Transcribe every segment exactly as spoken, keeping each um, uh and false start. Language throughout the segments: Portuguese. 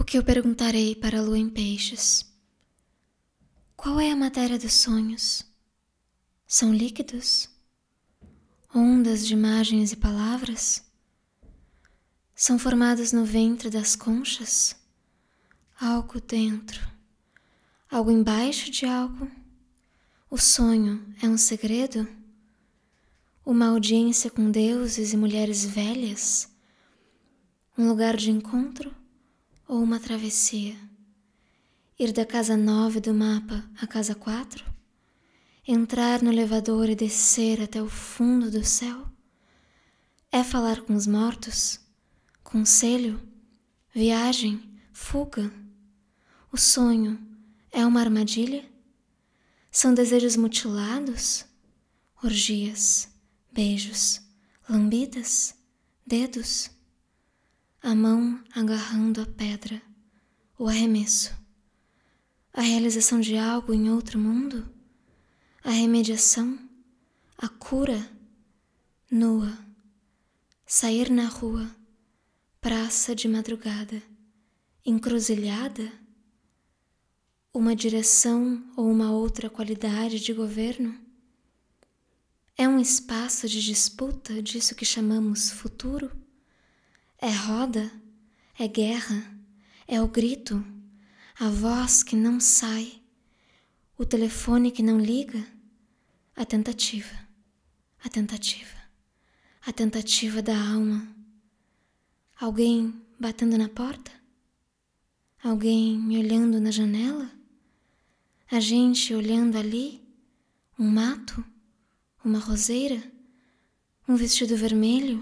que eu perguntarei para a lua em peixes? Qual é a matéria dos sonhos? São líquidos? Ondas de imagens e palavras? São formadas no ventre das conchas? Algo dentro, algo embaixo de algo? O sonho é um segredo? Uma audiência com deuses e mulheres velhas? Um lugar de encontro ou uma travessia? Ir da casa nove do mapa à casa quatro? Entrar no elevador e descer até o fundo do céu? É falar com os mortos? Conselho? Viagem? Fuga? O sonho é uma armadilha? São desejos mutilados? Orgias, beijos, lambidas, dedos? A mão agarrando a pedra, o arremesso. A realização de algo em outro mundo? A remediação? A cura? Nua. Sair na rua, praça de madrugada, encruzilhada? Uma direção ou uma outra qualidade de governo? É um espaço de disputa disso que chamamos futuro? É roda? É guerra? É o grito? A voz que não sai? O telefone que não liga? A tentativa, a tentativa, a tentativa da alma. Alguém batendo na porta? Alguém me olhando na janela? A gente olhando ali? Um mato? Uma roseira? Um vestido vermelho?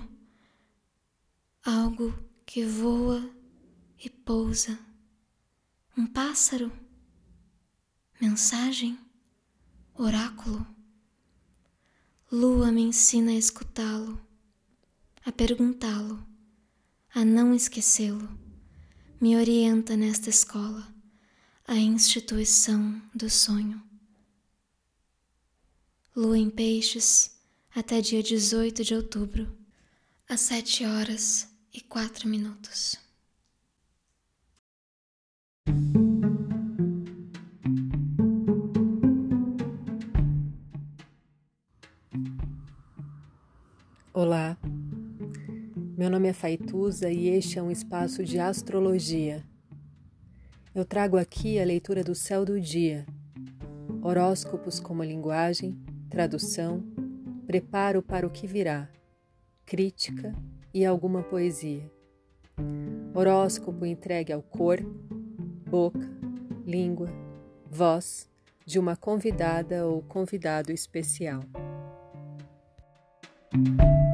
Algo que voa e pousa. Um pássaro? Mensagem? Oráculo? Lua me ensina a escutá-lo, a perguntá-lo, a não esquecê-lo. Me orienta nesta escola, a instituição do sonho. Lua em Peixes, até dia dezoito de outubro, às sete horas e quatro minutos. Olá, meu nome é Faituza e este é um espaço de astrologia. Eu trago aqui a leitura do céu do dia, horóscopos como linguagem, tradução, preparo para o que virá, crítica e alguma poesia. Horóscopo entregue ao corpo, boca, língua, voz de uma convidada ou convidado especial.